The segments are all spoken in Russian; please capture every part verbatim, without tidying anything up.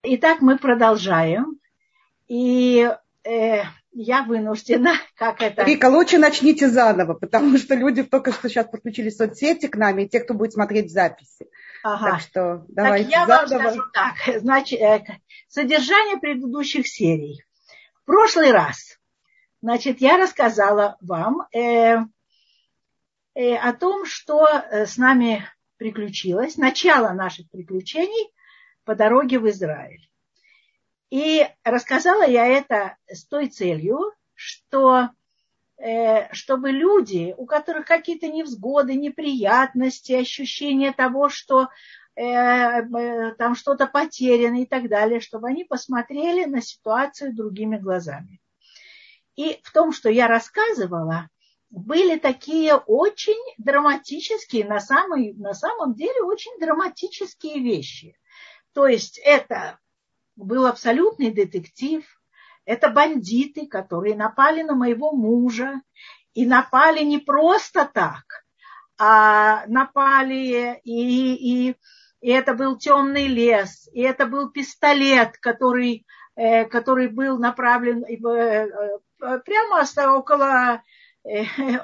Итак, мы продолжаем. И э, я вынуждена, как это... Рика, лучше начните заново, потому что люди только что сейчас подключили соцсети к нам, и те, кто будет смотреть записи. Ага. Так что давайте так я заново. вам скажу так. Значит, э, содержание предыдущих серий. В прошлый раз, значит, я рассказала вам э, э, о том, что с нами приключилось, начало наших приключений по дороге в Израиль. И рассказала я это с той целью, что э, чтобы люди, у которых какие-то невзгоды, неприятности, ощущение того, что э, э, там что-то потеряно и так далее, чтобы они посмотрели на ситуацию другими глазами. И в том, что я рассказывала, были такие очень драматические, на самом, на самом деле очень драматические вещи. То есть это был абсолютный детектив, это бандиты, которые напали на моего мужа, и напали не просто так, а напали, и, и, и это был темный лес, и это был пистолет, который, э, который был направлен э, прямо около, э, э,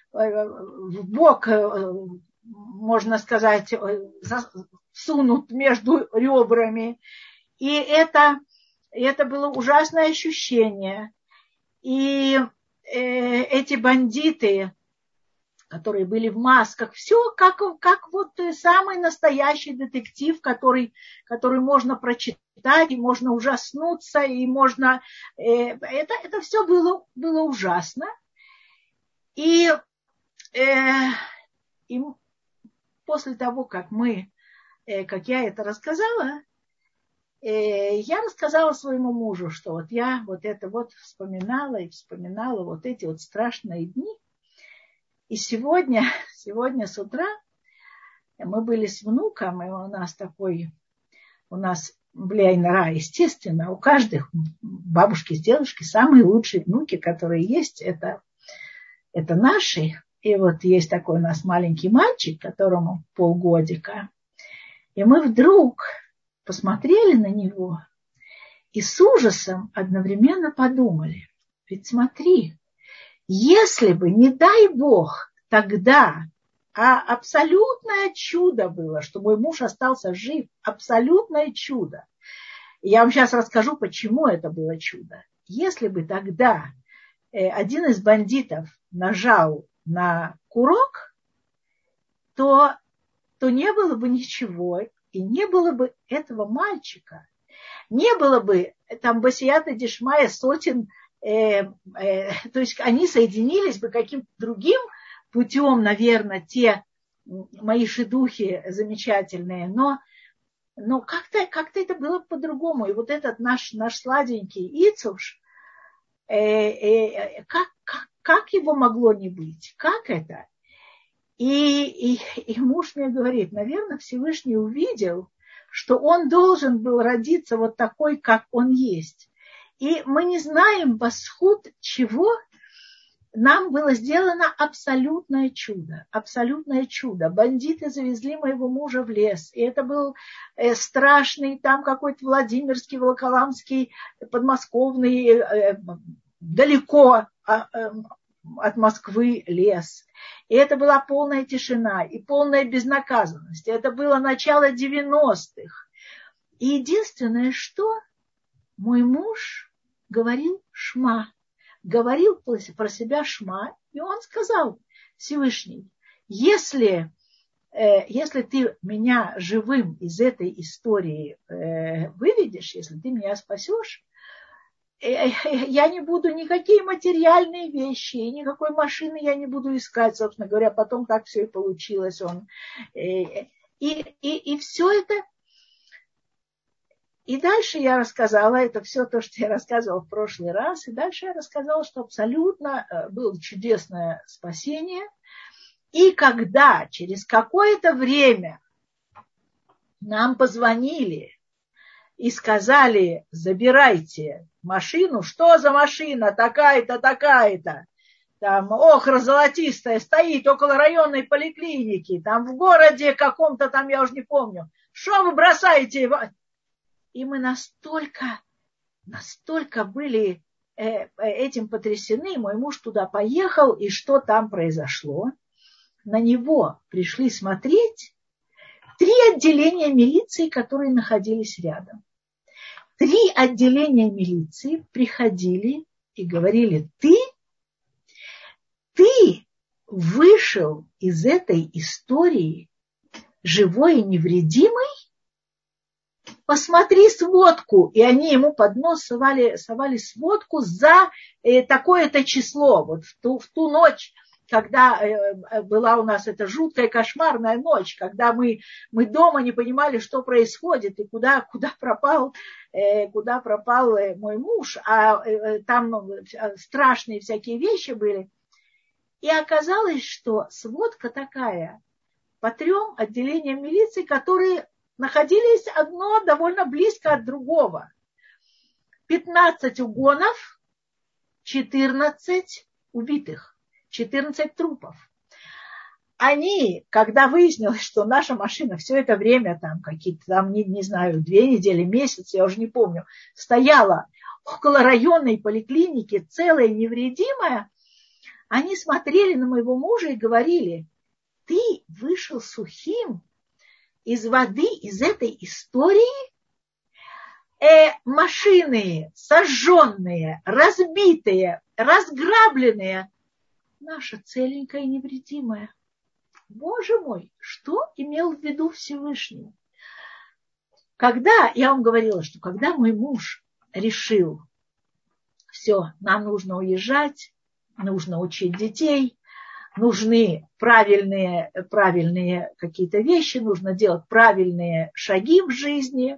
в бок, э, можно сказать, всунут между ребрами. И это, это было ужасное ощущение. И э, эти бандиты, которые были в масках, все как, как вот самый настоящий детектив, который, который можно прочитать, и можно ужаснуться, и можно... Э, это, это все было, было ужасно. И, э, и после того, как мы, э, как я это рассказала, я рассказала своему мужу, что вот я вот это вот вспоминала и вспоминала вот эти вот страшные дни. И сегодня, сегодня с утра мы были с внуком, и у нас такой, у нас бляйнара, естественно, у каждой бабушки с дедушкой самые лучшие внуки, которые есть, это, это наши. И вот есть такой у нас маленький мальчик, которому полгодика. И мы вдруг посмотрели на него и с ужасом одновременно подумали. Ведь смотри, если бы, не дай Бог, тогда, а абсолютное чудо было, что мой муж остался жив, абсолютное чудо. И я вам сейчас расскажу, почему это было чудо. Если бы тогда один из бандитов нажал на курок, то, то не было бы ничего. И не было бы этого мальчика, не было бы там басията дишмая сотен, э, э, то есть они соединились бы каким-то другим путем, наверное, те мои шидухи замечательные, но, но как-то, как-то это было по-другому. И вот этот наш, наш сладенький Ицуш, э, э, как, как, как его могло не быть? Как это? И, и, и муж мне говорит, наверное, Всевышний увидел, что он должен был родиться вот такой, как он есть. И мы не знаем, восход чего нам было сделано абсолютное чудо. Абсолютное чудо. Бандиты завезли моего мужа в лес. И это был э, страшный, там какой-то Владимирский, Волоколамский, подмосковный, э, далеко э, э, от Москвы лес. И это была полная тишина и полная безнаказанность. Это было начало девяностых. И единственное, что мой муж говорил шма. Говорил про себя шма. И он сказал, Всевышний, если, э, если ты меня живым из этой истории э, выведешь, если ты меня спасешь, я не буду никакие материальные вещи, никакой машины я не буду искать, собственно говоря, потом так все и получилось. Он. И, и, и все это. И дальше я рассказала, это все то, что я рассказывала в прошлый раз, и дальше я рассказала, что абсолютно было чудесное спасение. И когда через какое-то время нам позвонили и сказали, забирайте машину. Что за машина? Такая-то, такая-то. Там охра золотистая стоит около районной поликлиники. Там в городе каком-то, там я уже не помню. Что вы бросаете? И мы настолько, настолько были этим потрясены. Мой муж туда поехал, и что там произошло? На него пришли смотреть три отделения милиции, которые находились рядом. Три отделения милиции приходили и говорили: ты, ты вышел из этой истории живой и невредимый? Посмотри сводку. И они ему под нос совали, совали сводку за э, такое-то число. Вот в ту, в ту ночь, когда э, была у нас эта жуткая кошмарная ночь, когда мы, мы дома не понимали, что происходит и куда, куда, пропал, э, куда пропал э, мой муж, а э, там страшные всякие вещи были. И оказалось, что сводка такая по трем отделениям милиции, которые находились одно довольно близко от другого. пятнадцать угонов, четырнадцать убитых, четырнадцать трупов. Они, когда выяснилось, что наша машина все это время, там какие-то, там, не, не знаю, две недели, месяц, я уже не помню, стояла около районной поликлиники, целая, невредимая, они смотрели на моего мужа и говорили: ты вышел сухим из воды, из этой истории, э, машины сожженные, разбитые, разграбленные, наша целенькая и невредимая. Боже мой, что имел в виду Всевышний? Когда, я вам говорила, что когда мой муж решил: все, нам нужно уезжать, нужно учить детей, нужны правильные, правильные какие-то вещи, нужно делать правильные шаги в жизни.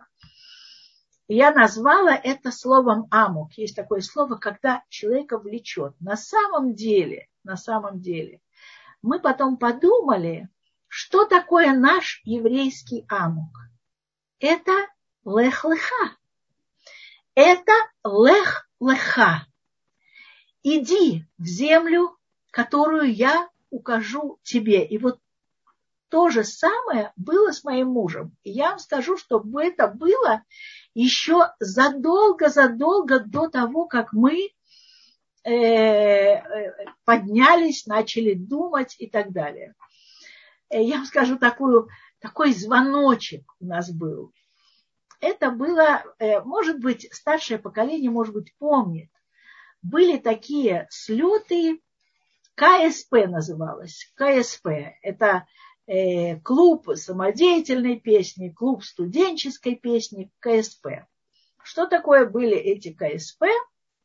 Я назвала это словом амук. Есть такое слово, когда человека влечет. На самом деле, на самом деле, мы потом подумали, что такое наш еврейский амук. Это лех-леха. Это лех-леха. Иди в землю, которую я укажу тебе. И вот то же самое было с моим мужем. И я вам скажу, что это было еще задолго-задолго до того, как мы поднялись, начали думать и так далее. Я вам скажу, такую, такой звоночек у нас был. Это было, может быть, старшее поколение, может быть, помнит. Были такие слеты, ка эс пэ называлось. ка эс пэ – это э, клуб самодеятельной песни, клуб студенческой песни, ка эс пэ. Что такое были эти ка эс пэ?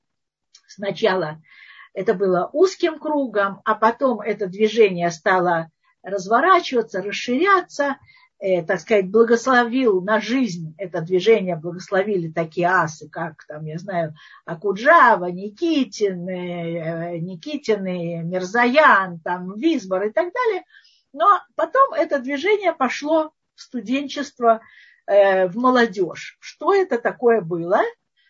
Сначала это было узким кругом, а потом это движение стало разворачиваться, расширяться. Э, так сказать, благословил на жизнь это движение, благословили такие асы, как, там, я знаю, Акуджава, Никитин, э, Никитин, Мирзаян, там, Визбор и так далее. Но потом это движение пошло в студенчество, э, в молодежь. Что это такое было?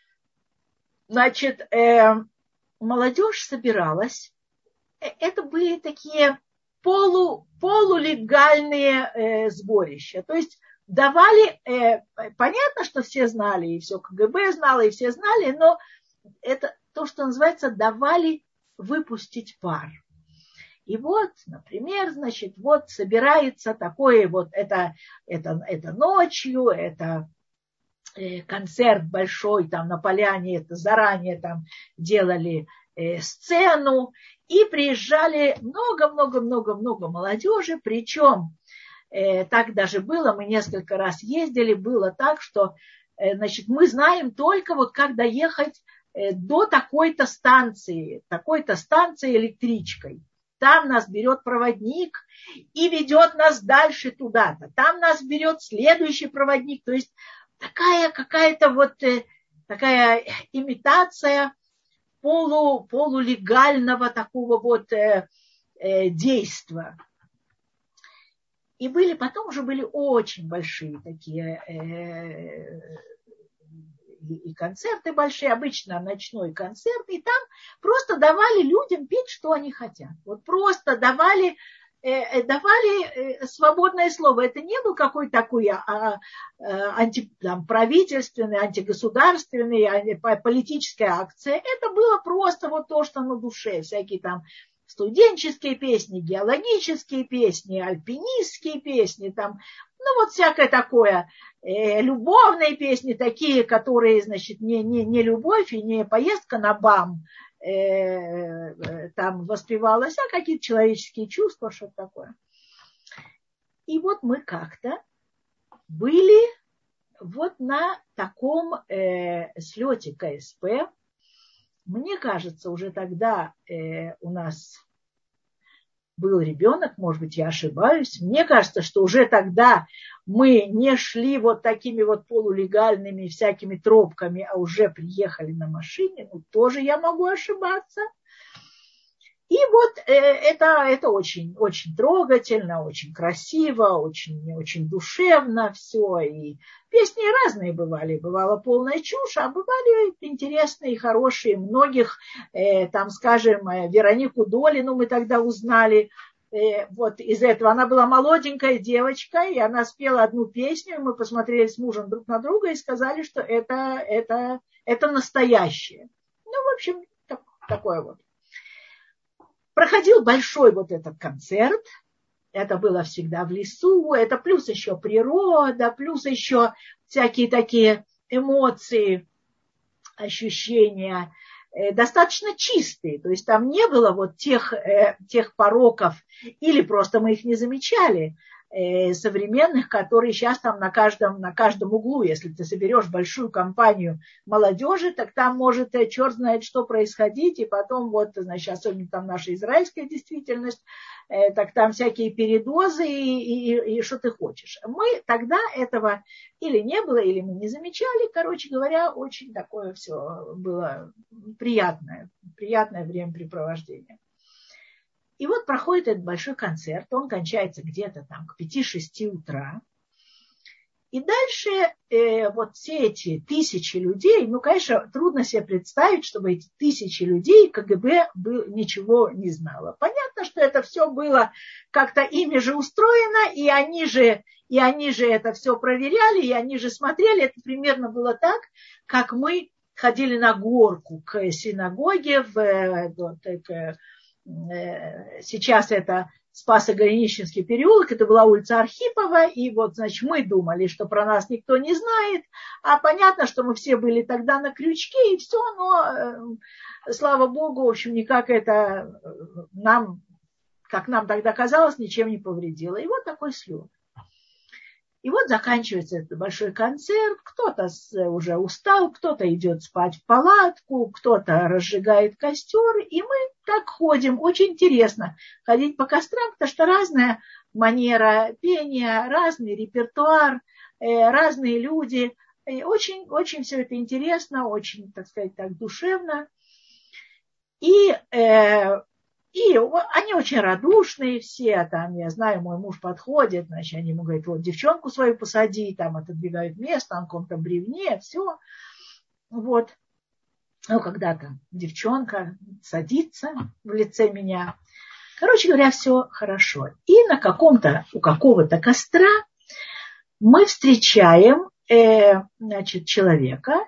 Значит, э, молодежь собиралась. Это были такие полу, полулегальные э, сборища. То есть давали, э, понятно, что все знали, и все ка гэ бэ знало, и все знали, но это то, что называется, давали выпустить пар. И вот, например, значит, вот собирается такое вот, это, это, это ночью, это э, концерт большой, там на поляне, это заранее там делали э, сцену, и приезжали много-много-много-много молодежи, причем э, так даже было, мы несколько раз ездили, было так, что э, значит, мы знаем только вот как доехать э, до такой-то станции, такой-то станции электричкой. Там нас берет проводник и ведет нас дальше туда-то. Там нас берет следующий проводник. То есть такая какая-то вот э, такая имитация полу, полулегального такого вот э, э, действия. И были, потом уже были очень большие такие э, и, и концерты большие, обычно ночной концерт, и там просто давали людям петь, что они хотят. Вот просто давали давали свободное слово. Это не был какой-то такой а, анти, там, правительственный, антигосударственный, анти, политическая акция. Это было просто вот то, что на душе. Всякие там студенческие песни, геологические песни, альпинистские песни, там, ну вот всякое такое. Э, любовные песни, такие, которые, значит, не, не, не любовь и не поездка на БАМ, там воспевалось, а какие-то человеческие чувства, что-то такое. И вот мы как-то были вот на таком э, слете ка эс пэ. Мне кажется, уже тогда э, у нас был ребенок, может быть, я ошибаюсь. Мне кажется, что уже тогда мы не шли вот такими вот полулегальными всякими тропками, а уже приехали на машине. Ну, тоже я могу ошибаться. И вот э, это, это очень, очень трогательно, очень красиво, очень, очень душевно все. И песни разные бывали. Бывала полная чушь, а бывали интересные, хорошие. Многих, э, там, скажем, Веронику Долину мы тогда узнали. Э, вот из этого. Она была молоденькая девочка, и она спела одну песню, и мы посмотрели с мужем друг на друга и сказали, что это, это, это настоящее. Ну, в общем, так, такое вот. Проходил большой вот этот концерт, это было всегда в лесу, это плюс еще природа, плюс еще всякие такие эмоции, ощущения, э, достаточно чистые, то есть там не было вот тех, э, тех пороков, или просто мы их не замечали, э, современных, которые сейчас там на каждом, на каждом углу, если ты соберешь большую компанию молодежи, так там может э, черт знает что происходить, и потом вот, значит, особенно там наша израильская действительность, э, так там всякие передозы и, и, и что ты хочешь. Мы тогда этого или не было, или мы не замечали, короче говоря, очень такое все было приятное, приятное времяпрепровождение. И вот проходит этот большой концерт, он кончается где-то там к пяти-шести утра. И дальше э, вот все эти тысячи людей, ну, конечно, трудно себе представить, чтобы эти тысячи людей ка гэ бэ был, ничего не знало. Понятно, что это все было как-то ими же устроено, и они же, и они же это все проверяли, и они же смотрели. Это примерно было так, как мы ходили на горку к синагоге в... Вот, к, сейчас это Спасо-Голенищенский переулок, это была улица Архипова, и вот, значит, мы думали, что про нас никто не знает, а понятно, что мы все были тогда на крючке, и все, но, слава Богу, в общем, никак это нам, как нам тогда казалось, ничем не повредило. И вот такой слет. И вот заканчивается этот большой концерт, кто-то уже устал, кто-то идет спать в палатку, кто-то разжигает костер, и мы так ходим. Очень интересно ходить по кострам, потому что разная манера пения, разный репертуар, разные люди. Очень, очень все это интересно, очень, так сказать, так душевно. И... И они очень радушные все, там, я знаю, мой муж подходит, значит, они ему говорят, вот девчонку свою посади, там, отодвигают место, на каком-то бревне, все. Вот. Ну, когда-то девчонка садится в лице меня. Короче говоря, все хорошо. И на каком-то, у какого-то костра мы встречаем, э, значит, человека,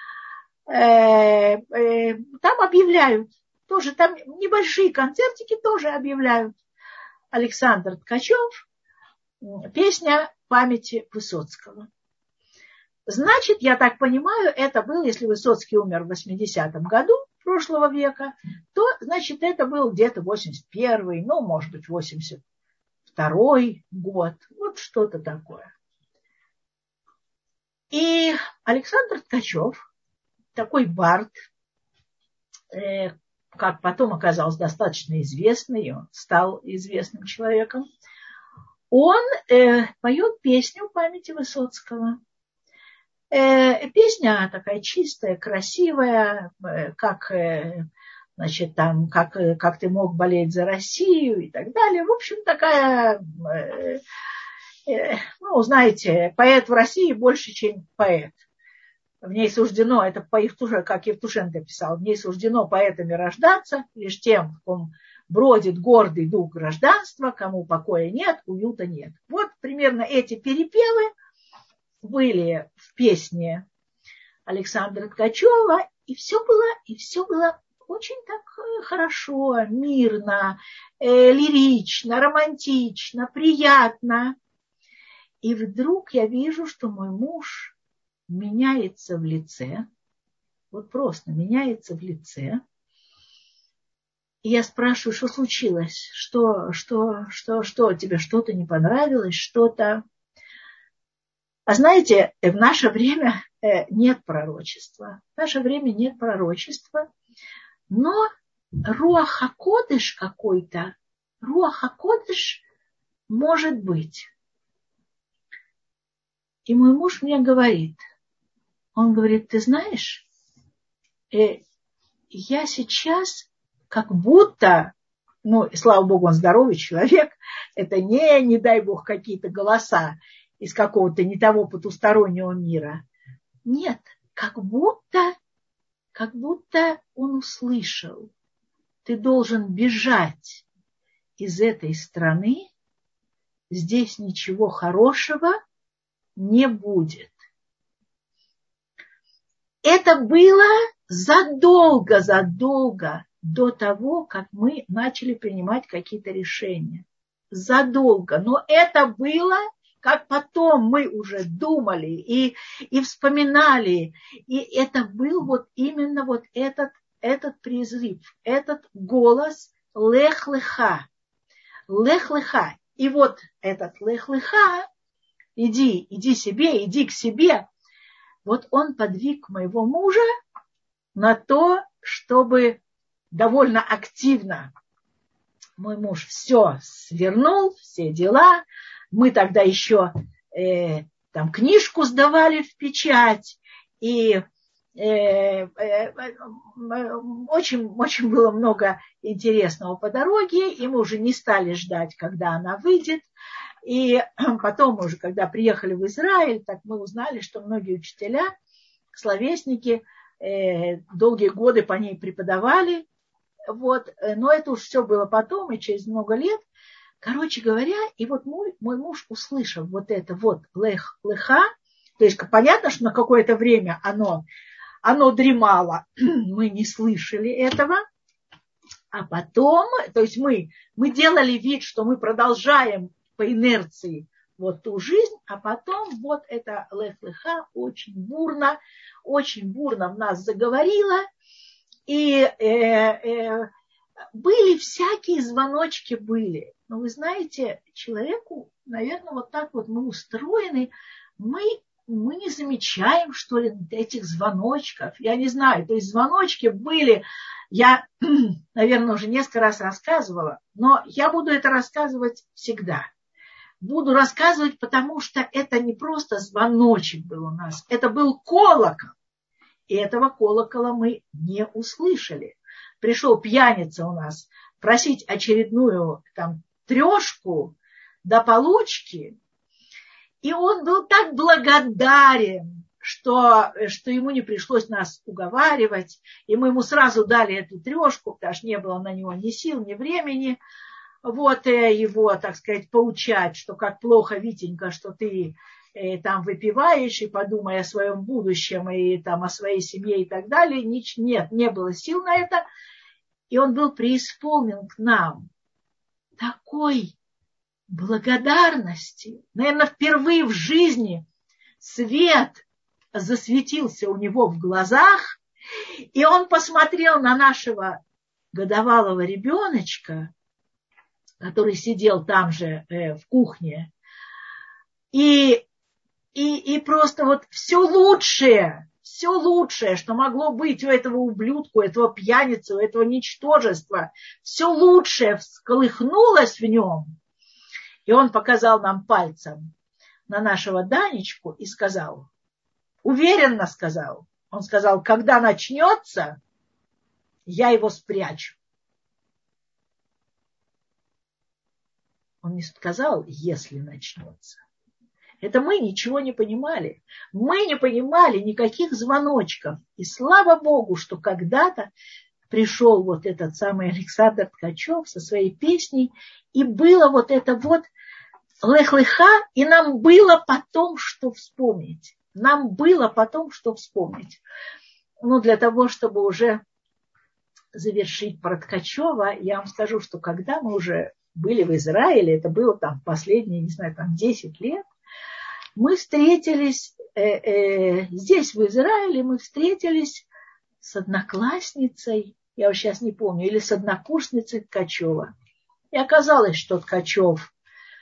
э, э, там объявляют, тоже там небольшие концертики тоже объявляют. Александр Ткачев, песня памяти Высоцкого. Значит, я так понимаю, это был, если Высоцкий умер в восьмидесятом году прошлого века, то, значит, это был где-то восемьдесят первый, ну, может быть, восемьдесят второй год. Вот что-то такое. И Александр Ткачев, такой бард, э, как потом оказался достаточно известный, и он стал известным человеком, он э, поет песню памяти Высоцкого. Э, песня такая чистая, красивая, э, как, э, значит, там, как, как ты мог болеть за Россию и так далее. В общем, такая, э, э, ну, знаете, поэт в России больше, чем поэт. В ней суждено, это по Евтушенко, как Евтушенко писал, в ней суждено поэтами рождаться, лишь тем, в ком бродит гордый дух гражданства, кому покоя нет, уюта нет. Вот примерно эти перепевы были в песне Александра Ткачева, и все было, и все было очень так хорошо, мирно, э, лирично, романтично, приятно. И вдруг я вижу, что мой муж меняется в лице, вот просто меняется в лице. И я спрашиваю, что случилось, что, что, что, что, тебе что-то не понравилось, что-то. А знаете, в наше время нет пророчества, в наше время нет пророчества, но руах ха-кодеш какой-то, руах ха-кодеш может быть. И мой муж мне говорит, он говорит, ты знаешь, э, я сейчас как будто, ну, и слава богу, он здоровый человек, это не, не дай бог, какие-то голоса из какого-то не того потустороннего мира. Нет, как будто, как будто он услышал, ты должен бежать из этой страны, здесь ничего хорошего не будет. Это было задолго, задолго до того, как мы начали принимать какие-то решения. Задолго. Но это было, как потом мы уже думали и, и вспоминали. И это был вот именно вот этот, этот призыв, этот голос лех-леха. Лех-леха. И вот этот лех-леха, иди, иди себе, иди к себе. Вот он подвиг моего мужа на то, чтобы довольно активно мой муж все свернул, все дела. Мы тогда еще э, там книжку сдавали в печать. И э, э, очень, очень было много интересного по дороге. И мы уже не стали ждать, когда она выйдет. И потом уже, когда приехали в Израиль, так мы узнали, что многие учителя, словесники, э, долгие годы по ней преподавали. Вот. Но это уж все было потом, и через много лет. Короче говоря, и вот мой, мой муж, услышав вот это вот лех, леха, то есть понятно, что на какое-то время оно, оно дремало, мы не слышали этого. А потом, то есть мы, мы делали вид, что мы продолжаем по инерции вот ту жизнь, а потом вот это лех-леха очень бурно, очень бурно в нас заговорило, и э, э, были всякие звоночки, были. Но вы знаете, человеку, наверное, вот так вот мы устроены, мы, мы не замечаем, что ли, этих звоночков, я не знаю, то есть звоночки были, я, наверное, уже несколько раз рассказывала, но я буду это рассказывать всегда. Буду рассказывать, потому что это не просто звоночек был у нас, это был колокол. И этого колокола мы не услышали. Пришел пьяница у нас просить очередную там трешку до получки, и он был так благодарен, что, что ему не пришлось нас уговаривать, и мы ему сразу дали эту трешку, потому что не было на него ни сил, ни времени. Вот его, так сказать, поучать, что как плохо, Витенька, что ты э, там выпиваешь, и подумай о своем будущем, и там о своей семье и так далее. Нич- нет, не было сил на это. И он был преисполнен к нам такой благодарности. Наверное, впервые в жизни свет засветился у него в глазах, и он посмотрел на нашего годовалого ребеночка, который сидел там же э, в кухне, и, и, и просто вот все лучшее, все лучшее, что могло быть у этого ублюдка, у этого пьяницы, у этого ничтожества, все лучшее всколыхнулось в нем. И он показал нам пальцем на нашего Данечку и сказал, уверенно сказал, он сказал, когда начнется, я его спрячу. Он не сказал, если начнется. Это мы ничего не понимали. Мы не понимали никаких звоночков. И слава Богу, что когда-то пришел вот этот самый Александр Ткачев со своей песней, и было вот это вот лех-леха, и нам было потом что вспомнить. Нам было потом что вспомнить. Ну, для того, чтобы уже завершить про Ткачева, я вам скажу, что когда мы уже были в Израиле, это было там последние, не знаю, там десять лет, мы встретились, э, э, здесь в Израиле мы встретились с одноклассницей, я уже сейчас не помню, или с однокурсницей Ткачева. И оказалось, что Ткачев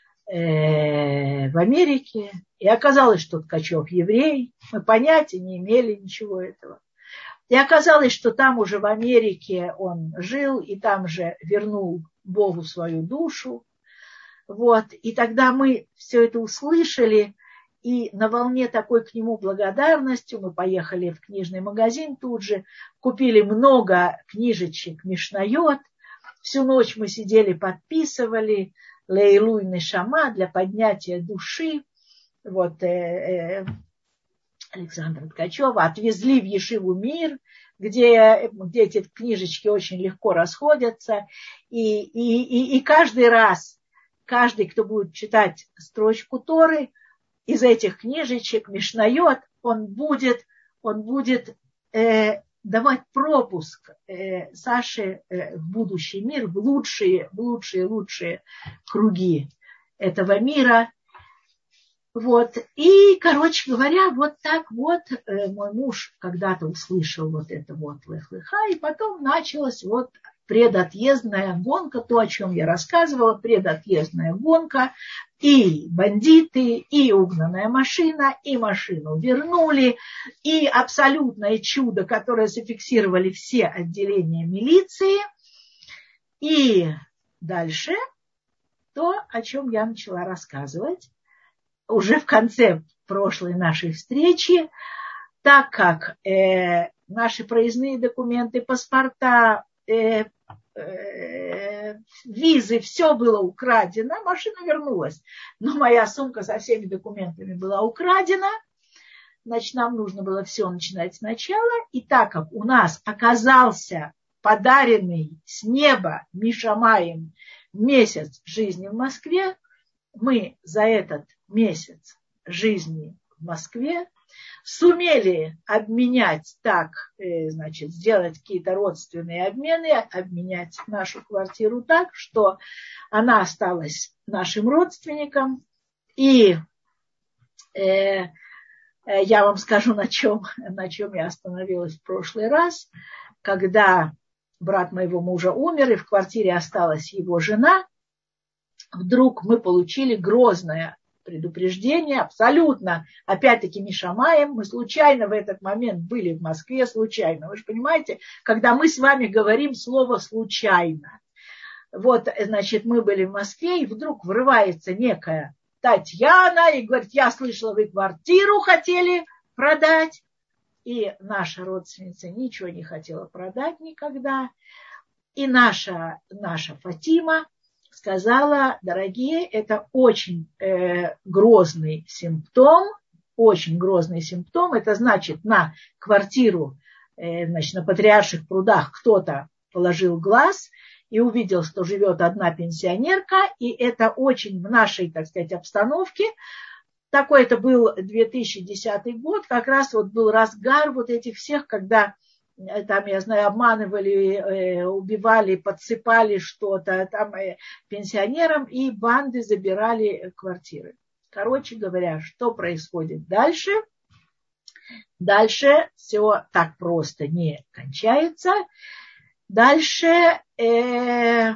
э, в Америке, и оказалось, что Ткачев еврей. Мы понятия не имели ничего этого. И оказалось, что там уже в Америке он жил, и там же вернул Богу свою душу. Вот. И тогда мы все это услышали, и на волне такой к нему благодарности мы поехали в книжный магазин тут же, купили много книжечек Мишнайот. Всю ночь мы сидели, подписывали Лейлуй Нешама для поднятия души. Вот, э, э, Александра Ткачева отвезли в Ешиву Мир, где, где эти книжечки очень легко расходятся. И, и, и, и каждый раз, каждый, кто будет читать строчку Торы, из этих книжечек Мишнайот, он будет, он будет э, давать пропуск э, Саше э, в будущий мир, в лучшие, в лучшие, лучшие круги этого мира. Вот. И, короче говоря, вот так вот э, мой муж когда-то услышал вот это вот лех-леха, и потом началась вот предотъездная гонка, то, о чем я рассказывала, предотъездная гонка, и бандиты, и угнанная машина, и машину вернули, и абсолютное чудо, которое зафиксировали все отделения милиции, и дальше то, о чем я начала рассказывать уже в конце прошлой нашей встречи, так как э, наши проездные документы, паспорта, э, э, визы, все было украдено, машина вернулась. Но моя сумка со всеми документами была украдена, значит, нам нужно было все начинать сначала. И так как у нас оказался подаренный с неба Мишамаем месяц жизни в Москве, мы за этот месяц жизни в Москве сумели обменять так, значит, сделать какие-то родственные обмены, обменять нашу квартиру так, что она осталась нашим родственникам. И э, я вам скажу, на чем, на чем я остановилась в прошлый раз, когда брат моего мужа умер, и в квартире осталась его жена. Вдруг мы получили грозное предупреждение, абсолютно, опять-таки, Мишамаем. Мы случайно в этот момент были в Москве, случайно. Вы же понимаете, когда мы с вами говорим слово «случайно». Вот, значит, мы были в Москве, и вдруг врывается некая Татьяна и говорит: я слышала, вы квартиру хотели продать. И наша родственница ничего не хотела продать никогда. И наша, наша Фатима сказала: дорогие, это очень э, грозный симптом, очень грозный симптом. Это значит, на квартиру, э, значит, на Патриарших прудах кто-то положил глаз и увидел, что живет одна пенсионерка, и это очень в нашей, так сказать, обстановке. Такой это был две тысячи десятый год, как раз вот был разгар вот этих всех, когда там, я знаю, обманывали, убивали, подсыпали что-то там пенсионерам, и банды забирали квартиры. Короче говоря, что происходит дальше? Дальше все так просто не кончается. Дальше э,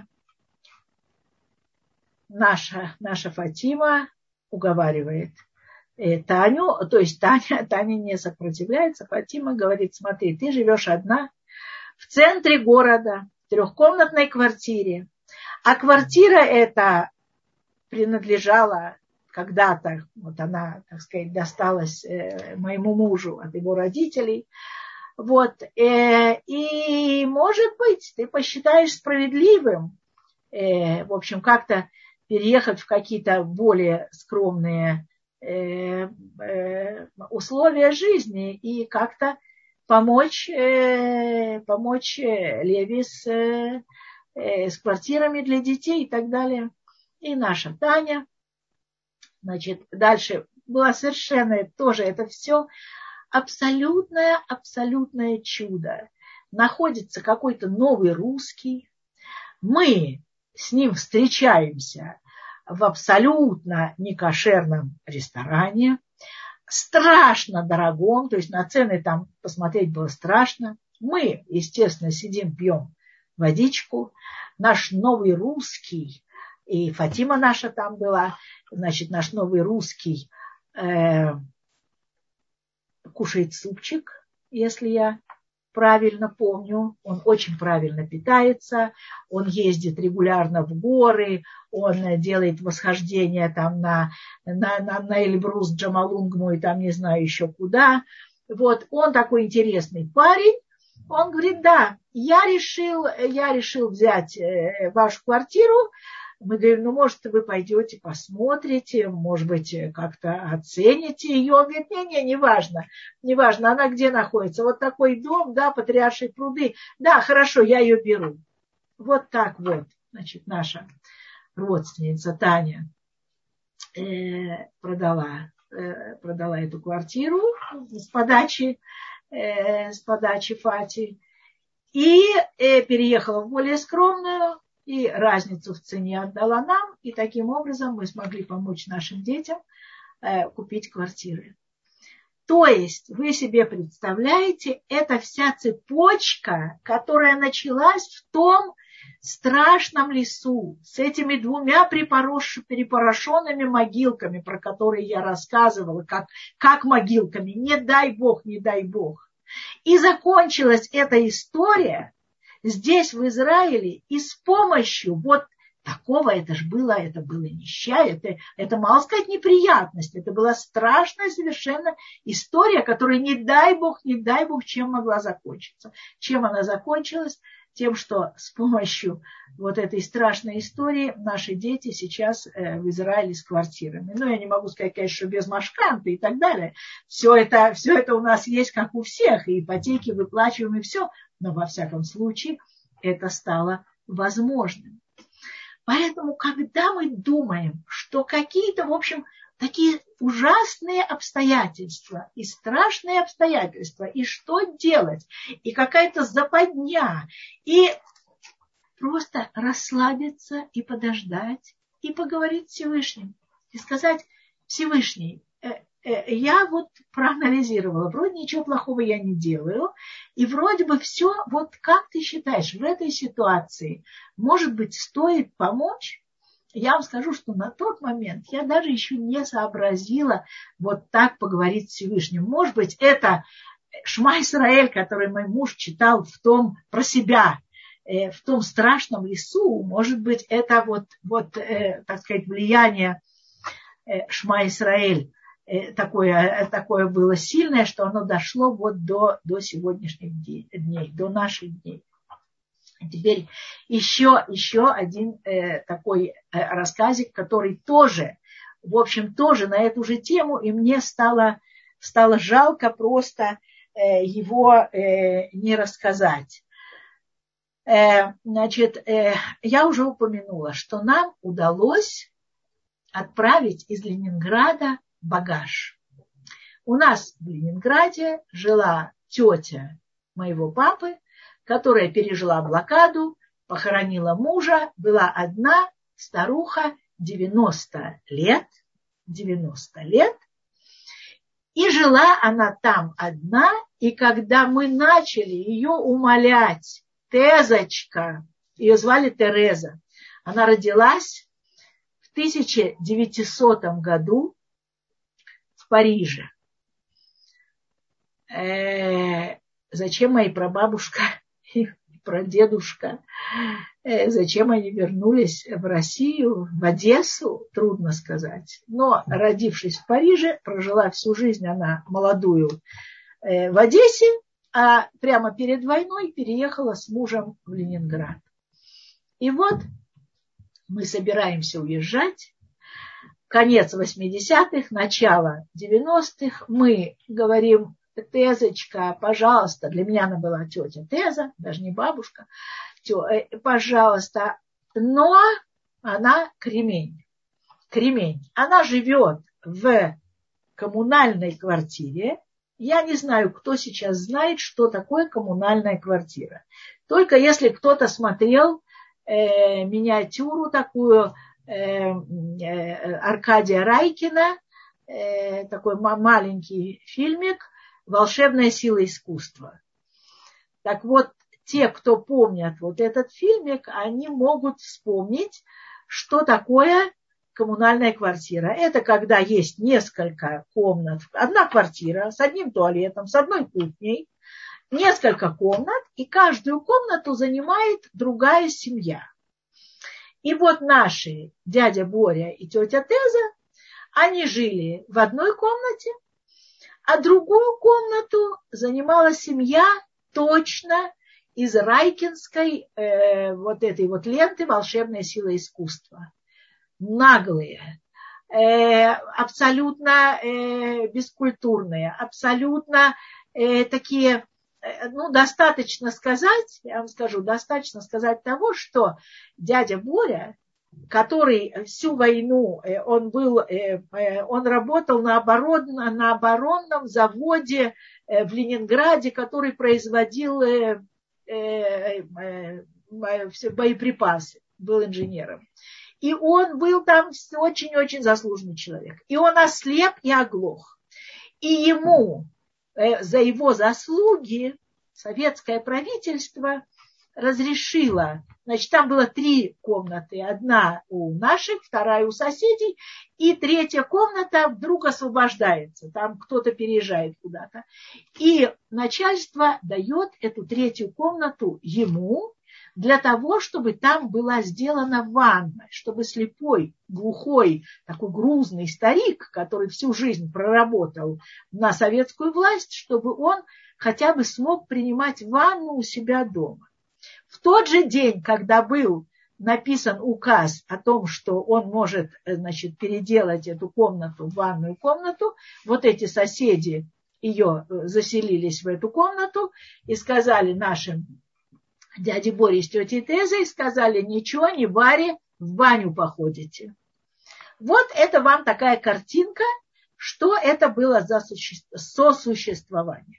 наша, наша Фатима уговаривает Таню, то есть Таня, Таня не сопротивляется. Фатима говорит: смотри, ты живешь одна в центре города, в трехкомнатной квартире, а квартира эта принадлежала когда-то, вот она, так сказать, досталась моему мужу от его родителей. Вот, и, может быть, ты посчитаешь справедливым, в общем, как-то переехать в какие-то более скромные условия жизни и как-то помочь, э, помочь Леви с, э, с квартирами для детей и так далее. И наша Таня. Значит, дальше было совершенно тоже это все абсолютное, абсолютное чудо. Находится какой-то новый русский. Мы с ним встречаемся в абсолютно некошерном ресторане, страшно дорогом, то есть на цены там посмотреть было страшно. Мы, естественно, сидим, пьем водичку. Наш новый русский, и Фатима наша там была, значит, наш новый русский э, кушает супчик, если я правильно помню. Он очень правильно питается, он ездит регулярно в горы, он делает восхождение там на, на, на, на Эльбрус, Джамалунгму и там не знаю еще куда. Вот, он такой интересный парень. Он говорит, да, я решил, я решил взять вашу квартиру. Мы говорим, ну, может, вы пойдете, посмотрите, может быть, как-то оцените ее. Он говорит, не-не, неважно, неважно, она где находится. Вот такой дом, да, Патриаршие пруды. Да, хорошо, я ее беру. Вот так вот, значит, наша родственница Таня э, продала, э, продала эту квартиру с подачи, э, с подачи Фати и э, переехала в более скромную, и разницу в цене отдала нам, и таким образом мы смогли помочь нашим детям э, купить квартиры. То есть, вы себе представляете, это вся цепочка, которая началась в том страшном лесу, с этими двумя перепорошенными могилками, про которые я рассказывала, как, как могилками, не дай Бог, не дай Бог. И закончилась эта история здесь, в Израиле, и с помощью вот такого, это же было, это было несчастье, это, это, мало сказать, неприятность, это была страшная совершенно история, которая, не дай Бог, не дай Бог, чем могла закончиться. Чем она закончилась? Тем, что с помощью вот этой страшной истории наши дети сейчас в Израиле с квартирами. Ну, я не могу сказать, конечно, что без машканта и так далее. Все это, все это у нас есть, как у всех, и ипотеки выплачиваем, и все. Но, во всяком случае, это стало возможным. Поэтому, когда мы думаем, что какие-то, в общем, такие ужасные обстоятельства и страшные обстоятельства, и что делать, и какая-то западня, и просто расслабиться и подождать, и поговорить с Всевышним, и сказать: Всевышний, я вот проанализировала, вроде ничего плохого я не делаю, и вроде бы все, вот как ты считаешь, в этой ситуации, может быть, стоит помочь? Я вам скажу, что на тот момент я даже еще не сообразила вот так поговорить с Всевышним. Может быть, это Шма Исраэль, который мой муж читал в том, про себя, э, в том страшном лесу, может быть, это вот, вот э, так сказать, влияние э, Шма Исраэль э, такое, такое было сильное, что оно дошло вот до, до сегодняшних дней, до наших дней. Теперь еще, еще один э, такой э, рассказик, который тоже, в общем, тоже на эту же тему, и мне стало, стало жалко просто э, его э, не рассказать. Э, значит, э, я уже упомянула, что нам удалось отправить из Ленинграда багаж. У нас в Ленинграде жила тетя моего папы, которая пережила блокаду, похоронила мужа, была одна старуха, девяносто лет, девяносто лет, и жила она там одна, и когда мы начали ее умолять, Тезочка, ее звали Тереза, она родилась в тысяча девятисотом году в Париже. Э-э- зачем моя прабабушка и прадедушка, э, зачем они вернулись в Россию, в Одессу, трудно сказать. Но, родившись в Париже, прожила всю жизнь она молодую э, в Одессе, а прямо перед войной переехала с мужем в Ленинград. И вот мы собираемся уезжать. Конец восьмидесятых, начало девяностых. Мы говорим: Тезочка, пожалуйста, для меня она была тетя Теза, даже не бабушка, пожалуйста, но она кремень. Кремень. Она живет в коммунальной квартире. Я не знаю, кто сейчас знает, что такое коммунальная квартира. Только если кто-то смотрел э, миниатюру такую э, э, Аркадия Райкина, э, такой маленький фильмик «Волшебная сила искусства». Так вот, те, кто помнят вот этот фильмик, они могут вспомнить, что такое коммунальная квартира. Это когда есть несколько комнат, одна квартира с одним туалетом, с одной кухней, несколько комнат, и каждую комнату занимает другая семья. И вот наши дядя Боря и тетя Теза, они жили в одной комнате, а другую комнату занимала семья точно из райкинской э, вот этой вот ленты «Волшебная сила искусства». Наглые, э, абсолютно э, бескультурные, абсолютно э, такие, э, ну, достаточно сказать, я вам скажу, достаточно сказать того, что дядя Боря, который всю войну, э, он был, э, э, он работал на, оборон, на оборонном заводе э, в Ленинграде, который производил э, э, э, э, боеприпасы, был инженером. И он был там очень-очень заслуженный человек. И он ослеп и оглох. И ему э, за его заслуги советское правительство разрешило, значит, там было три комнаты. Одна у наших, вторая у соседей, и третья комната вдруг освобождается. Там кто-то переезжает куда-то. И начальство дает эту третью комнату ему, для того, чтобы там была сделана ванна, чтобы слепой, глухой, такой грузный старик, который всю жизнь проработал на советскую власть, чтобы он хотя бы смог принимать ванну у себя дома. В тот же день, когда был написан указ о том, что он может, значит, переделать эту комнату в ванную комнату, вот эти соседи ее заселились в эту комнату и сказали нашим дяде Боре с тетей Тезой, сказали: ничего, не Варе, в баню походите. Вот это вам такая картинка, что это было за сосуществование.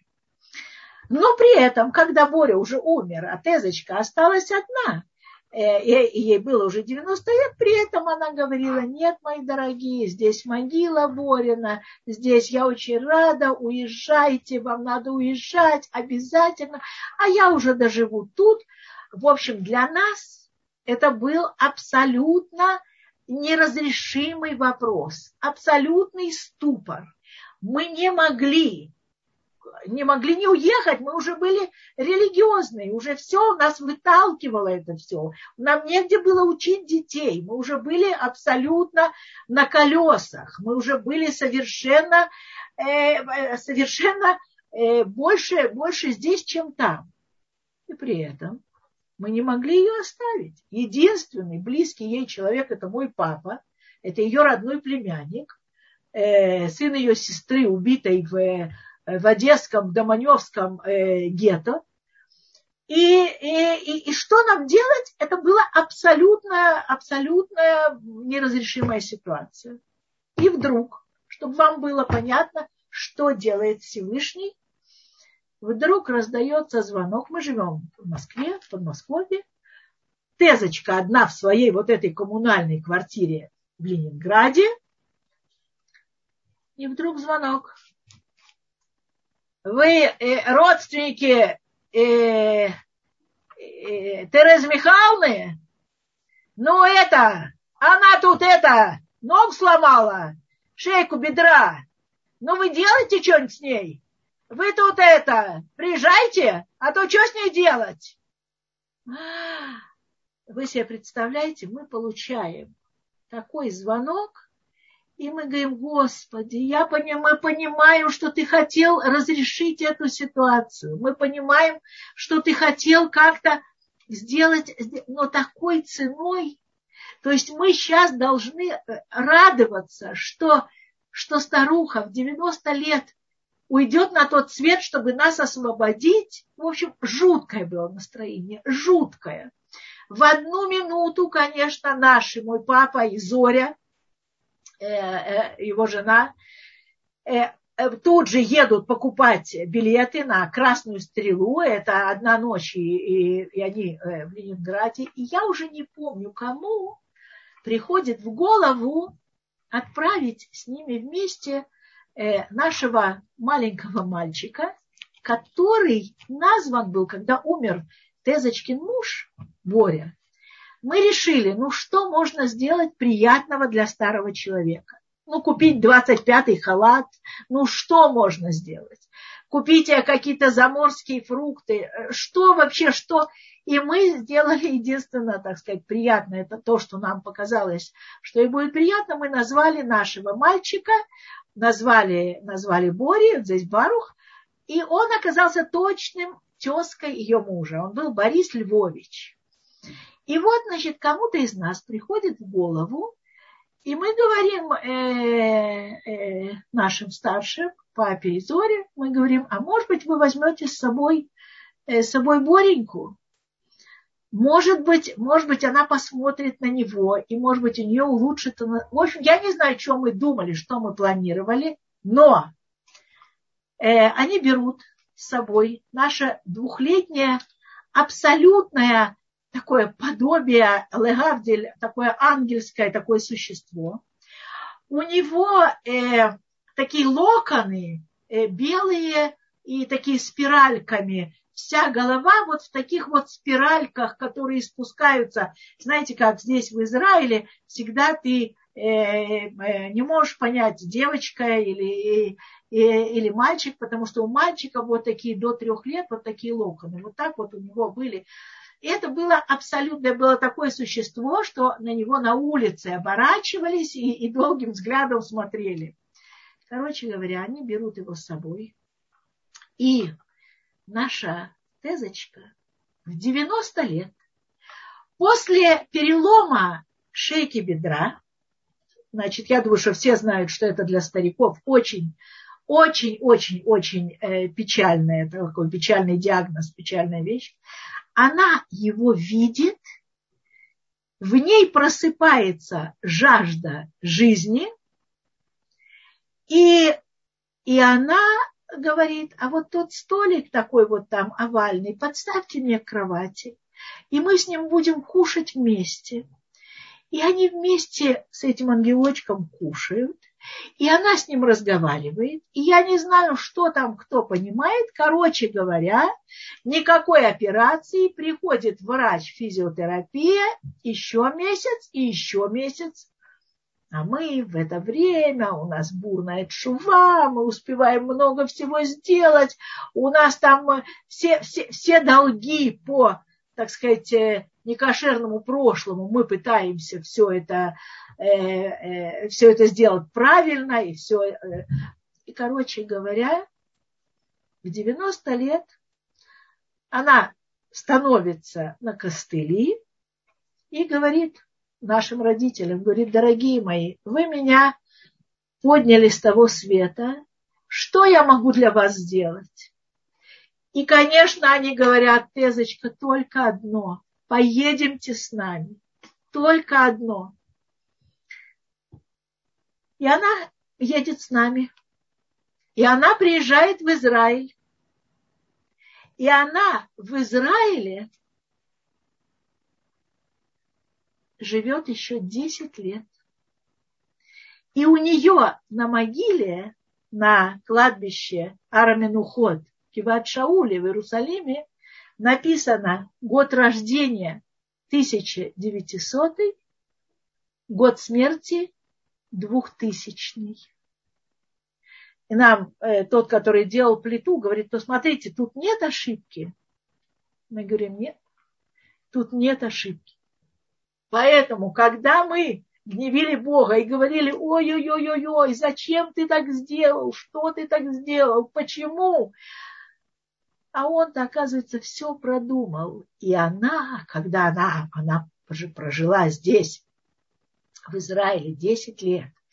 Но при этом, когда Боря уже умер, а Тезочка осталась одна, и ей было уже девяносто лет, при этом она говорила: нет, мои дорогие, здесь могила Борина, здесь я очень рада, уезжайте, вам надо уезжать обязательно, а я уже доживу тут. В общем, для нас это был абсолютно неразрешимый вопрос, абсолютный ступор. Мы не могли не могли не уехать, мы уже были религиозные, уже все, нас выталкивало это все. Нам негде было учить детей, мы уже были абсолютно на колесах, мы уже были совершенно, э, совершенно э, больше, больше здесь, чем там. И при этом мы не могли ее оставить. Единственный близкий ей человек — это мой папа, это ее родной племянник, э, сын ее сестры, убитой в в Одесском, Доманевском э, гетто. И, и, и, и что нам делать? Это была абсолютно, абсолютно неразрешимая ситуация. И вдруг, чтобы вам было понятно, что делает Всевышний, вдруг раздается звонок. Мы живем в Москве, в Подмосковье. Тезочка одна в своей вот этой коммунальной квартире в Ленинграде. И вдруг звонок. Вы э, родственники э, э, Терезы Михайловны? Ну это, она тут это, ногу сломала, шейку бедра. Ну вы делаете что-нибудь с ней? Вы тут это, приезжайте, а то что с ней делать? Вы себе представляете, мы получаем такой звонок, и мы говорим: Господи, я понимаю, мы понимаем, что ты хотел разрешить эту ситуацию. Мы понимаем, что ты хотел как-то сделать, но такой ценой. То есть мы сейчас должны радоваться, что, что старуха в девяносто лет уйдет на тот свет, чтобы нас освободить. В общем, жуткое было настроение, жуткое. В одну минуту, конечно, наши, мой папа и Зоря, э, э, его жена, э, тут же едут покупать билеты на «Красную стрелу». Это одна ночь, и, и, и они в Ленинграде. И я уже не помню, кому приходит в голову отправить с ними вместе нашего маленького мальчика, который назван был, когда умер Тезочкин муж, Боря. Мы решили, ну что можно сделать приятного для старого человека? Ну, купить двадцать пятый халат, ну что можно сделать? Купить какие-то заморские фрукты, что вообще, что? И мы сделали единственное, так сказать, приятное, это то, что нам показалось, что и будет приятно, мы назвали нашего мальчика, назвали, назвали Бори, здесь Барух, и он оказался точным тезкой ее мужа, он был Борис Львович. И вот, значит, кому-то из нас приходит в голову, и мы говорим э, э, нашим старшим, папе и Зоре, мы говорим, а может быть, вы возьмете с собой, э, с собой Бореньку? Может быть, может быть, она посмотрит на него, и, может быть, у нее улучшится. В общем, я не знаю, что мы думали, что мы планировали, но э, они берут с собой наше двухлетнее абсолютное такое подобие, легавдель, такое ангельское такое существо. У него э, такие локоны э, белые и такие спиральками. Вся голова вот в таких вот спиральках, которые спускаются. Знаете, как здесь в Израиле всегда ты э, э, не можешь понять, девочка или, э, или мальчик, потому что у мальчика вот такие до трех лет вот такие локоны. Вот так вот у него были. И это было абсолютно, было такое существо, что на него на улице оборачивались и, и долгим взглядом смотрели. Короче говоря, они берут его с собой. И наша Тезочка в девяносто лет после перелома шейки бедра, значит, я думаю, что все знают, что это для стариков очень, очень, очень, очень э, печальный, это такой печальный диагноз, печальная вещь. Она его видит, в ней просыпается жажда жизни, и, и она говорит, а вот тот столик такой вот там овальный, подставьте мне к кровати, и мы с ним будем кушать вместе. И они вместе с этим ангелочком кушают, и она с ним разговаривает, и я не знаю, что там кто понимает. Короче говоря, никакой операции, приходит врач, физиотерапия, еще месяц и еще месяц. А мы в это время, у нас бурная тшува, мы успеваем много всего сделать, у нас там все, все, все долги по, так сказать, некошерному прошлому, мы пытаемся все это, э, э, все это сделать правильно. И, все, э. и, короче говоря, в девяносто лет она становится на костыли и говорит нашим родителям, говорит, дорогие мои, вы меня подняли с того света, что я могу для вас сделать? И, конечно, они говорят, Тезочка, только одно, поедемте с нами, только одно. И она едет с нами, и она приезжает в Израиль, и она в Израиле живет еще десять лет. И у нее на могиле, на кладбище Ар-Менухот Гиват Шауле в Иерусалиме написано год рождения тысяча девятисотый, год смерти двухтысячный. И нам э, тот, который делал плиту, говорит, ну смотрите, тут нет ошибки. Мы говорим, нет, тут нет ошибки. Поэтому, когда мы гневили Бога и говорили, ой-ой-ой-ой, зачем ты так сделал, что ты так сделал, почему? А он-то, оказывается, все продумал. И она, когда она, она прожила здесь, в Израиле, десять лет,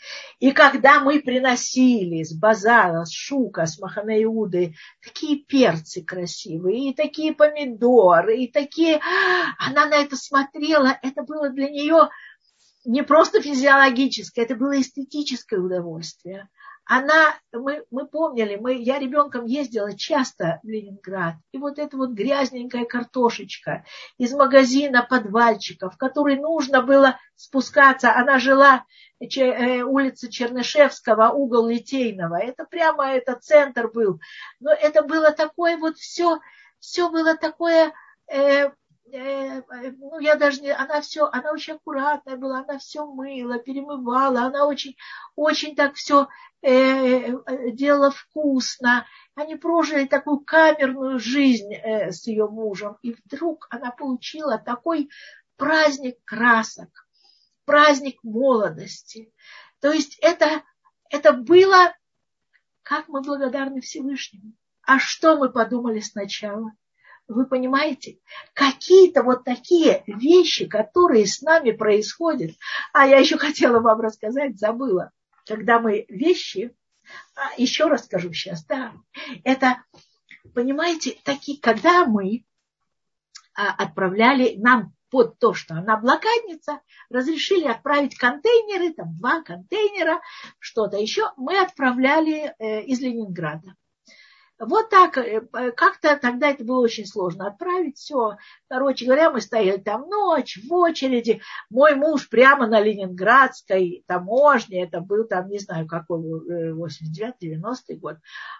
И когда мы приносили с базара, с Шука, с Махане Иуды такие перцы красивые, и такие помидоры, и такие... Она на это смотрела, это было для нее не просто физиологическое, это было эстетическое удовольствие. Она, мы, мы помнили, мы, я ребенком ездила часто в Ленинград, и вот эта вот грязненькая картошечка из магазина подвальчика, в который нужно было спускаться, она жила улица Чернышевского, угол Литейного, это прямо это центр был, но это было такое вот все, все было такое... Э, ну, я даже не, она все, она очень аккуратная была, она все мыла, перемывала, она очень, очень так все э, делала вкусно. Они прожили такую камерную жизнь э, с ее мужем, и вдруг она получила такой праздник красок, праздник молодости. То есть это, это было, как мы благодарны Всевышнему. А что мы подумали сначала? Вы понимаете, какие-то вот такие вещи, которые с нами происходят. А я еще хотела вам рассказать, забыла. Когда мы вещи, а, еще раз скажу сейчас, да, это, понимаете, такие, когда мы а, отправляли, нам под то, что она блокадница, разрешили отправить контейнеры, там два контейнера, что-то еще, мы отправляли э, из Ленинграда. Вот так, как-то тогда это было очень сложно отправить все. Короче говоря, мы стояли там ночь в очереди. Мой муж прямо на ленинградской таможне, это был там, не знаю, какой, восемьдесят девятый девяностый год,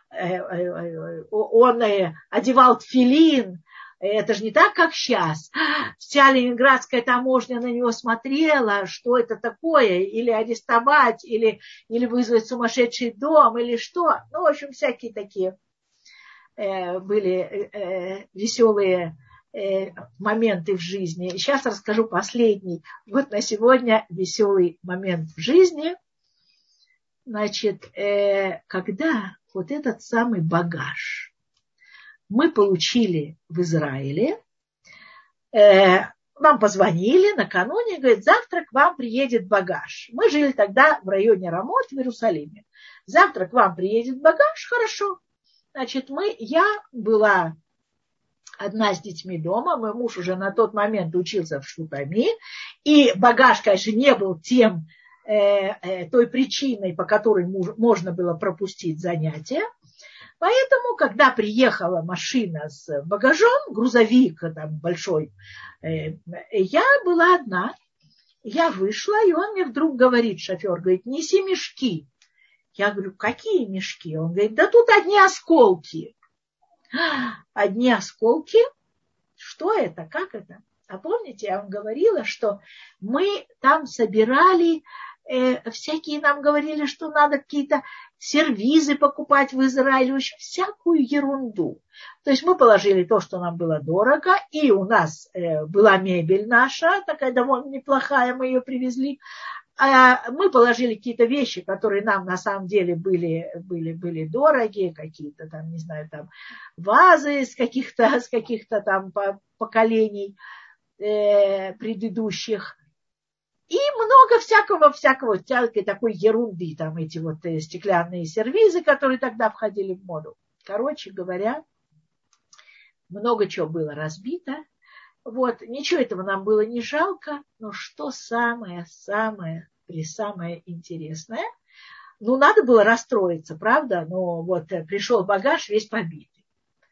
он одевал тфилин. Это же не так, как сейчас. Вся ленинградская таможня на него смотрела, что это такое, или арестовать, или, или вызвать сумасшедший дом, или что. Ну, в общем, всякие такие были веселые моменты в жизни. Сейчас расскажу последний. Вот на сегодня веселый момент в жизни. Значит, когда вот этот самый багаж мы получили в Израиле, нам позвонили накануне, говорят, завтра к вам приедет багаж. Мы жили тогда в районе Рамот в Иерусалиме. Завтра к вам приедет багаж, хорошо. Значит, мы, я была одна с детьми дома, мой муж уже на тот момент учился в Шутами, и багаж, конечно, не был тем, э, э, той причиной, по которой муж, можно было пропустить занятия. Поэтому, когда приехала машина с багажом, грузовик там большой, э, я была одна. Я вышла, и он мне вдруг говорит, шофер, говорит, неси мешки. Я говорю, какие мешки? Он говорит, да тут одни осколки. Одни осколки? Что это? Как это? А помните, я вам говорила, что мы там собирали, э, всякие нам говорили, что надо какие-то сервизы покупать в Израиле, в общем, всякую ерунду. То есть мы положили то, что нам было дорого, и у нас э, была мебель наша, такая довольно неплохая, мы ее привезли. А мы положили какие-то вещи, которые нам на самом деле были, были, были дороги, какие-то там, не знаю, там вазы с каких-то, с каких-то там поколений э, предыдущих. И много всякого, всякого, всякой такой ерунды, там эти вот э, стеклянные сервизы, которые тогда входили в моду. Короче говоря, много чего было разбито. Вот, ничего этого нам было не жалко, но что самое-самое, присамое интересное, ну, надо было расстроиться, правда, но вот пришел багаж весь побитый.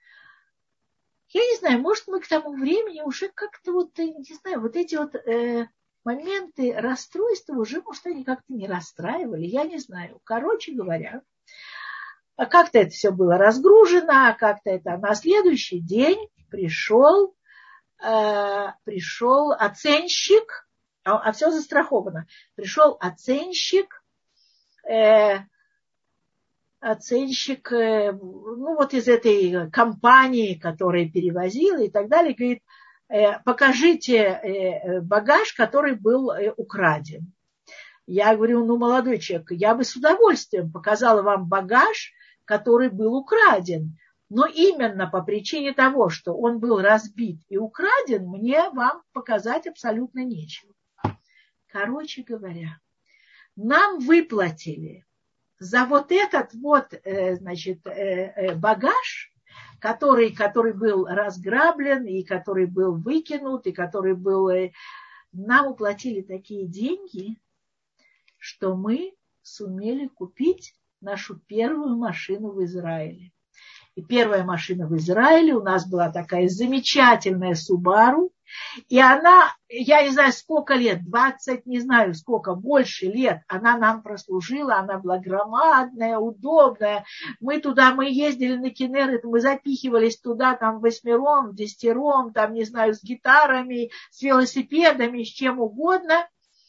Я не знаю, может, мы к тому времени уже как-то вот, не знаю, вот эти вот э, моменты расстройства уже, может, они как-то не расстраивали, я не знаю. Короче говоря, как-то это все было разгружено, как-то это на следующий день пришел пришел оценщик, а, а все застраховано, пришел оценщик, э, оценщик, э, ну вот из этой компании, которая перевозила и так далее, говорит, э, покажите э, багаж, который был э, украден. Я говорю, ну, молодой человек, я бы с удовольствием показала вам багаж, который был украден. Но именно по причине того, что он был разбит и украден, мне вам показать абсолютно нечего. Короче говоря, нам выплатили за вот этот вот, значит, багаж, который, который был разграблен, и который был выкинут, и который был... Нам уплатили такие деньги, что мы сумели купить нашу первую машину в Израиле. И первая машина в Израиле у нас была такая замечательная Subaru. И она, я не знаю, сколько лет, двадцать, не знаю, сколько, больше лет, она нам прослужила, она была громадная, удобная. Мы туда, мы ездили на Кинерет, мы запихивались туда, там, восьмером, десятером, там, не знаю, с гитарами, с велосипедами, с чем угодно.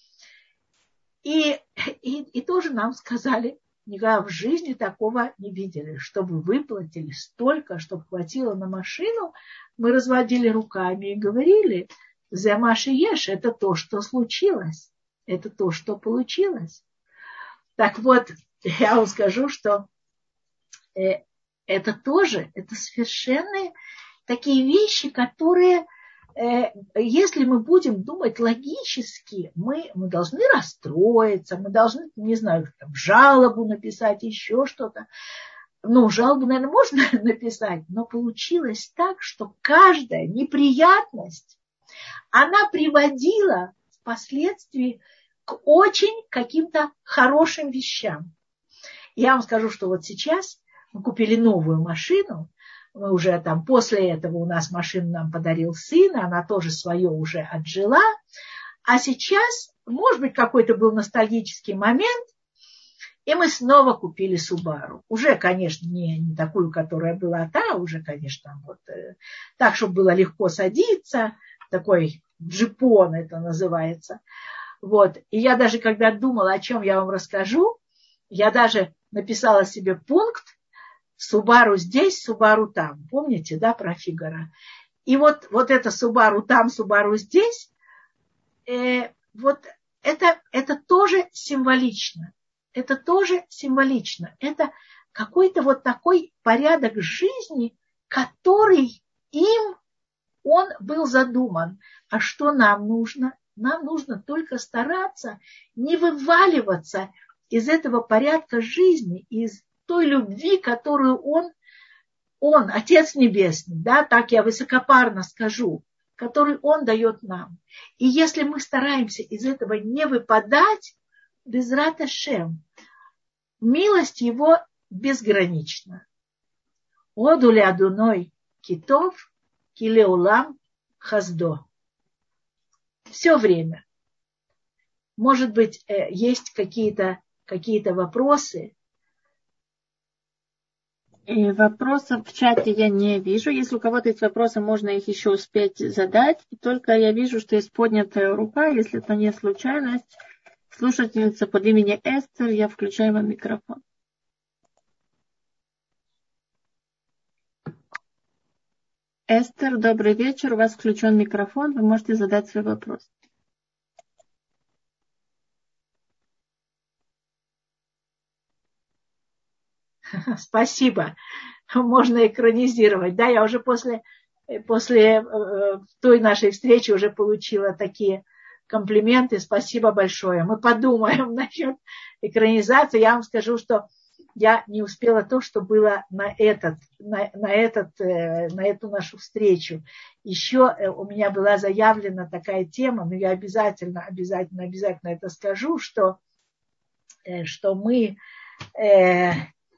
И, и, и тоже нам сказали, никогда в жизни такого не видели, чтобы выплатили столько, чтобы хватило на машину. Мы разводили руками и говорили, «Зе маши еш», это то, что случилось, это то, что получилось. Так вот, я вам скажу, что э, это тоже, это совершенно такие вещи, которые, э, если мы будем думать логически, мы, мы должны расстроиться, мы должны, не знаю, там, жалобу написать, еще что-то. Ну, жалобу, наверное, можно написать, но получилось так, что каждая неприятность, она приводила впоследствии к очень каким-то хорошим вещам. Я вам скажу, что вот сейчас мы купили новую машину, мы уже там, после этого у нас машину нам подарил сын, она тоже свое уже отжила, а сейчас, может быть, какой-то был ностальгический момент, и мы снова купили Subaru. Уже, конечно, не, не такую, которая была та, уже, конечно, вот, э, так, чтобы было легко садиться, такой джипон это называется. Вот. И я даже, когда думала, о чем я вам расскажу, я даже написала себе пункт Subaru здесь, Subaru там. Помните, да, про Фигаро? И вот, вот это Subaru там, Subaru здесь, э, вот это, это тоже символично. Это тоже символично. Это какой-то вот такой порядок жизни, который им, он был задуман. А что нам нужно? Нам нужно только стараться не вываливаться из этого порядка жизни, из той любви, которую он, он, Отец Небесный, да, так я высокопарно скажу, который он дает нам. И если мы стараемся из этого не выпадать, Безрат Ашем, милость его безгранична. Оду ле Адуной китов, килеулам хаздо. Все время. Может быть, есть какие-то, какие-то вопросы? И вопросов в чате я не вижу. Если у кого-то есть вопросы, можно их еще успеть задать. Только я вижу, что есть поднятая рука. Если это не случайность, слушательница под именем Эстер, я включаю вам микрофон. Эстер, добрый вечер. У вас включен микрофон. Вы можете задать свой вопрос. Спасибо. Можно экранизировать. Да, я уже после, после той нашей встречи уже получила такие комплименты. Спасибо большое. Мы подумаем насчет экранизации. Я вам скажу, что я не успела то, что было на, этот, на, на, этот, на эту нашу встречу. Еще у меня была заявлена такая тема, но я обязательно, обязательно, обязательно это скажу, что, что мы... Э,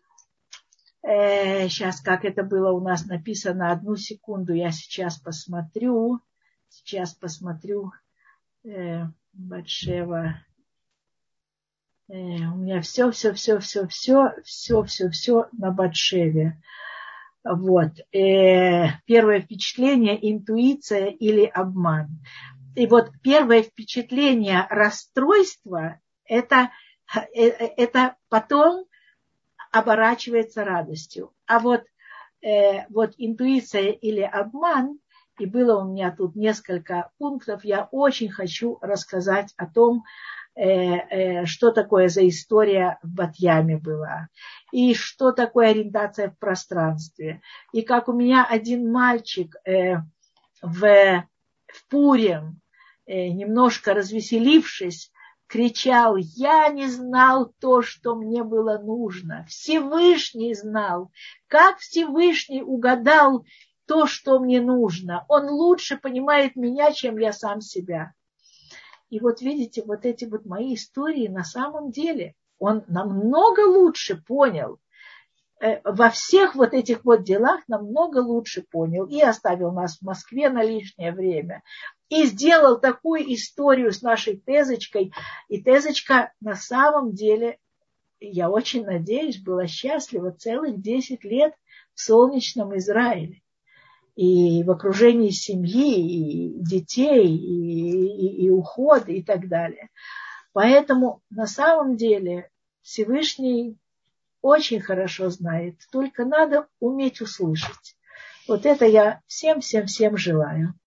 э, сейчас, как это было у нас написано, одну секунду, я сейчас посмотрю. Сейчас посмотрю. Э, Батшева. У меня все, все, все, все, все, все, все, все на Батшеве. Вот. Первое впечатление, интуиция или обман. И вот первое впечатление расстройства, это, это потом оборачивается радостью. А вот, вот интуиция или обман, и было у меня тут несколько пунктов, я очень хочу рассказать о том, что такое за история в Бат-Яме была, и что такое ориентация в пространстве. И как у меня один мальчик в, в Пурим, немножко развеселившись, кричал: я не знал то, что мне было нужно. Всевышний знал. Как Всевышний угадал то, что мне нужно? Он лучше понимает меня, чем я сам себя. И вот видите, вот эти вот мои истории на самом деле он намного лучше понял. Во всех вот этих вот делах намного лучше понял. И оставил нас в Москве на лишнее время. И сделал такую историю с нашей Тезочкой. И Тезочка на самом деле, я очень надеюсь, была счастлива целых десять лет в солнечном Израиле. И в окружении семьи, и детей, и, и, и ухода, и так далее. Поэтому на самом деле Всевышний очень хорошо знает. Только надо уметь услышать. Вот это я всем-всем-всем желаю.